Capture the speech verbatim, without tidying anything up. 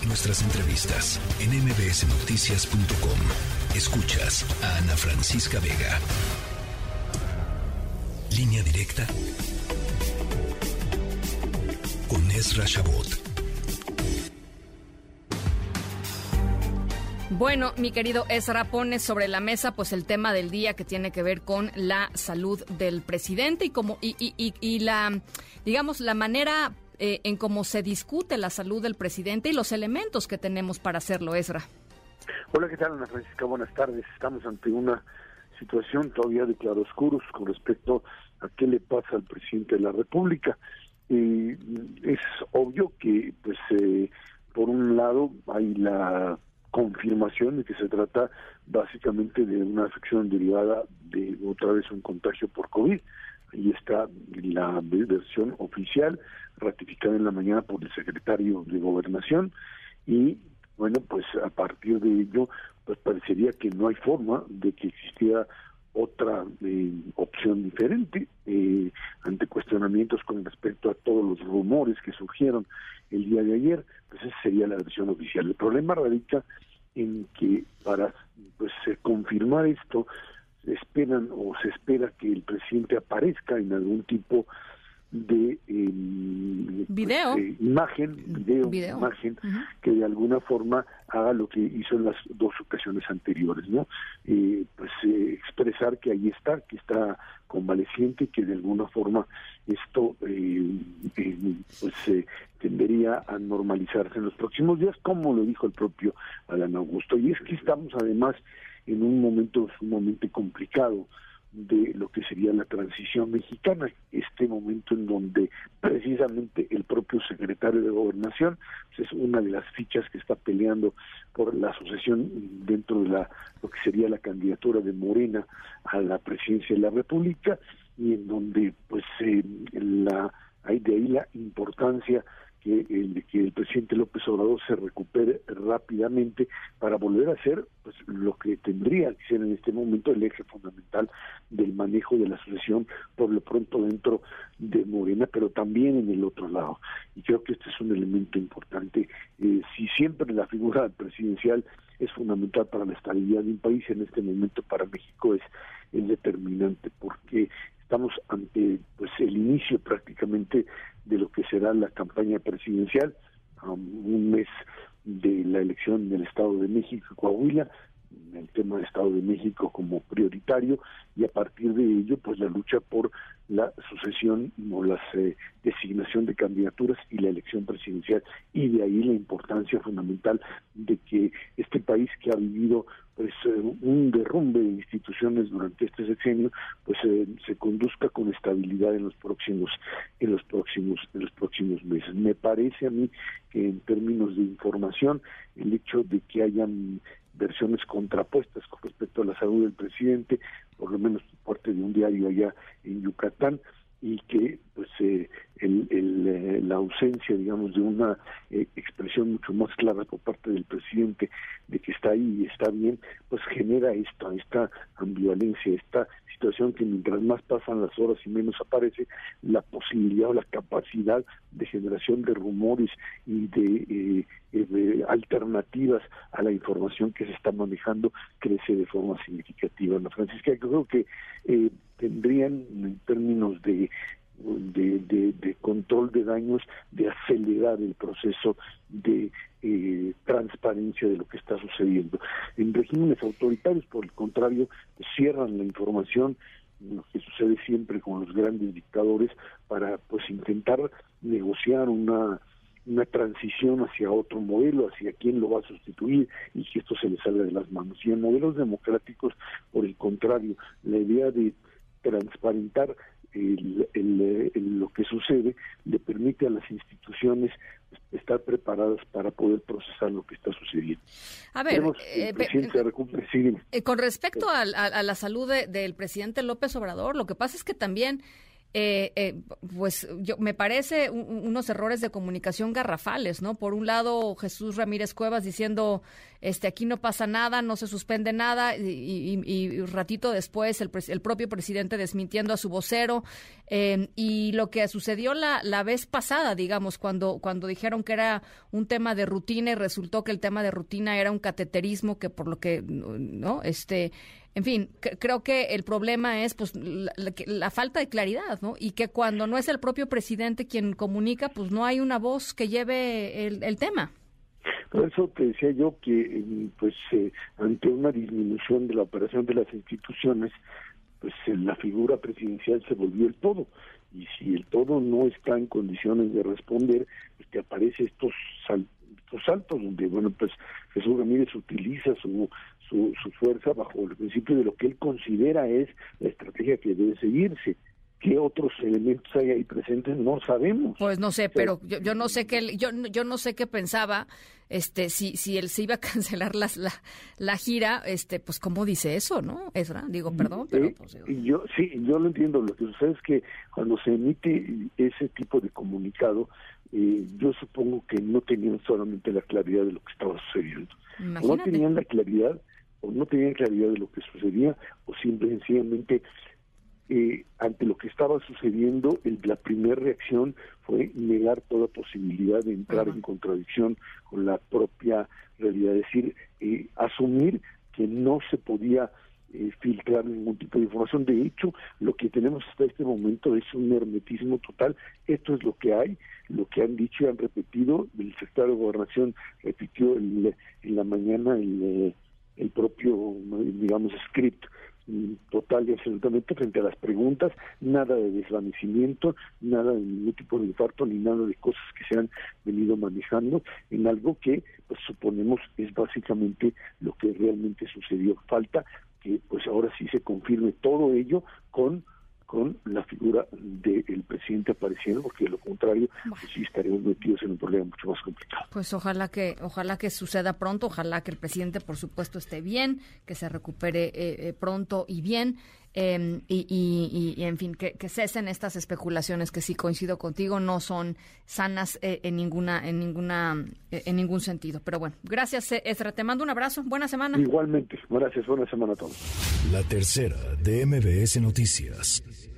Nuestras entrevistas en eme be ese noticias punto com. Escuchas a Ana Francisca Vega. Línea directa con Ezra Shabot. Bueno, mi querido Ezra, pone sobre la mesa pues el tema del día que tiene que ver con la salud del presidente y como y, y, y, y la digamos la manera eh, en cómo se discute la salud del presidente y los elementos que tenemos para hacerlo, Ezra. Hola, ¿qué tal, Ana Francisca? Buenas tardes. Estamos ante una situación todavía de claroscuros con respecto a qué le pasa al presidente de la República. Eh, es obvio que, pues, eh, por un lado hay la confirmación de que se trata básicamente de una afección derivada de otra vez un contagio por COVID. Ahí está la versión oficial ratificada en la mañana por el secretario de Gobernación y bueno, pues a partir de ello pues parecería que no hay forma de que existiera otra eh, opción diferente eh, ante cuestionamientos con respecto a todos los rumores que surgieron el día de ayer, pues esa sería la versión oficial. El problema radica en que para pues confirmar esto se esperan o se espera que el presidente aparezca en algún tipo de eh, video, pues, eh, imagen, video, video. imagen, uh-huh. que de alguna forma haga lo que hizo en las dos ocasiones anteriores, ¿no? Eh, pues eh, expresar que ahí está, que está convaleciente, que de alguna forma esto eh, eh, pues eh, tendería a normalizarse en los próximos días, como lo dijo el propio Adán Augusto. Y es que estamos además en un momento sumamente complicado de lo que sería la transición mexicana, este momento en donde precisamente el propio secretario de Gobernación pues es una de las fichas que está peleando por la sucesión dentro de la lo que sería la candidatura de Morena a la presidencia de la República, y en donde pues eh, la hay de ahí la importancia que el, que el presidente López Obrador se recupere rápidamente para volver a ser pues lo que tendría que ser en este momento el eje fundamental del manejo de la sucesión, por lo pronto dentro de Morena, pero también en el otro lado. Y creo que este es un elemento importante. Eh, si siempre la figura presidencial es fundamental para la estabilidad de un país, en este momento para México es, es determinante, porque estamos ante pues el inicio prácticamente de lo que será la campaña presidencial, a un mes de la elección del Estado de México y Coahuila, el tema del Estado de México como prioritario, y a partir de ello pues la lucha por la sucesión o la eh, designación de candidaturas y la elección presidencial, y de ahí la importancia fundamental de que este país que ha vivido pues eh, un derrumbe de instituciones durante este sexenio pues eh, se conduzca con estabilidad en los próximos en los próximos en los próximos meses. Me parece a mí que en términos de información el hecho de que hayan versiones contrapuestas con respecto a la salud del presidente, por lo menos por parte de un diario allá en Yucatán, y que pues eh, el, el, eh, la ausencia, digamos, de una eh, expresión mucho más clara por parte del presidente de que está ahí y está bien, pues genera esta, esta ambivalencia, esta situación que mientras más pasan las horas y menos aparece la posibilidad o la capacidad de generación de rumores y de, eh, eh, de alternativas a la información que se está manejando crece de forma significativa. Ana Francisca, yo creo que eh, tendrían en términos de De, de, de control de daños, de acelerar el proceso de eh, transparencia de lo que está sucediendo. En regímenes autoritarios, por el contrario, cierran la información, lo que sucede siempre con los grandes dictadores, para pues intentar negociar una una transición hacia otro modelo, hacia quién lo va a sustituir y que esto se le salga de las manos. Y en modelos democráticos, por el contrario, la idea de transparentar El, el, el, lo que sucede le permite a las instituciones estar preparadas para poder procesar lo que está sucediendo. A ver, eh, presidente eh, eh, con respecto a, a, a la salud de, del presidente López Obrador, lo que pasa es que también eh, eh, pues yo me parece un, unos errores de comunicación garrafales, ¿no? Por un lado, Jesús Ramírez Cuevas diciendo, este, aquí no pasa nada, no se suspende nada, y, y, y un ratito después el, el propio presidente desmintiendo a su vocero, eh, y lo que sucedió la, la vez pasada, digamos, cuando, cuando dijeron que era un tema de rutina y resultó que el tema de rutina era un cateterismo, que por lo que, ¿no? Este, en fin, c- creo que el problema es pues la, la, la falta de claridad, ¿no? Y que cuando no es el propio presidente quien comunica, pues no hay una voz que lleve el, el tema. Por eso te decía yo que, pues, eh, ante una disminución de la operación de las instituciones, pues eh, la figura presidencial se volvió el todo. Y si el todo no está en condiciones de responder, pues te aparece estos saltos, estos saltos donde, bueno, pues Jesús Ramírez utiliza su, su, su fuerza bajo el principio de lo que él considera es la estrategia que debe seguirse. ¿Qué otros elementos hay ahí presentes? No sabemos. Pues no sé, pero yo, yo no sé qué yo yo no sé qué pensaba, este, si si él se iba a cancelar las, la la gira, este, pues cómo dice eso, ¿no? Ezra, digo, perdón, pero eh, pues, yo sí, yo lo entiendo. Lo que sucede es que cuando se emite ese tipo de comunicado, eh, yo supongo que no tenían solamente la claridad de lo que estaba sucediendo. Imagínate. O no tenían la claridad, o no tenían claridad de lo que sucedía, o simple y sencillamente Eh, ante lo que estaba sucediendo, el, la primera reacción fue negar toda posibilidad de entrar uh-huh. en contradicción con la propia realidad, es decir, eh, asumir que no se podía eh, filtrar ningún tipo de información. De hecho, lo que tenemos hasta este momento es un hermetismo total. Esto es lo que hay, lo que han dicho y han repetido. El secretario de Gobernación repitió el, en la mañana el, el propio, digamos, script total y absolutamente frente a las preguntas, nada de desvanecimiento, nada de ningún tipo de infarto, ni nada de cosas que se han venido manejando en algo que pues suponemos es básicamente lo que realmente sucedió. Falta que pues ahora sí se confirme todo ello con con la figura del presidente apareciendo, porque de lo contrario bueno. pues sí estaríamos metidos en un problema mucho más complicado. Pues ojalá que ojalá que suceda pronto, ojalá que el presidente por supuesto esté bien, que se recupere eh, eh, pronto y bien, eh, y, y, y en fin, que, que cesen estas especulaciones que sí coincido contigo, no son sanas eh, en ninguna en ninguna eh, en ningún sentido. Pero bueno, gracias Ezra, te mando un abrazo, buena semana. Igualmente, gracias, buena semana a todos. La tercera de M B S Noticias.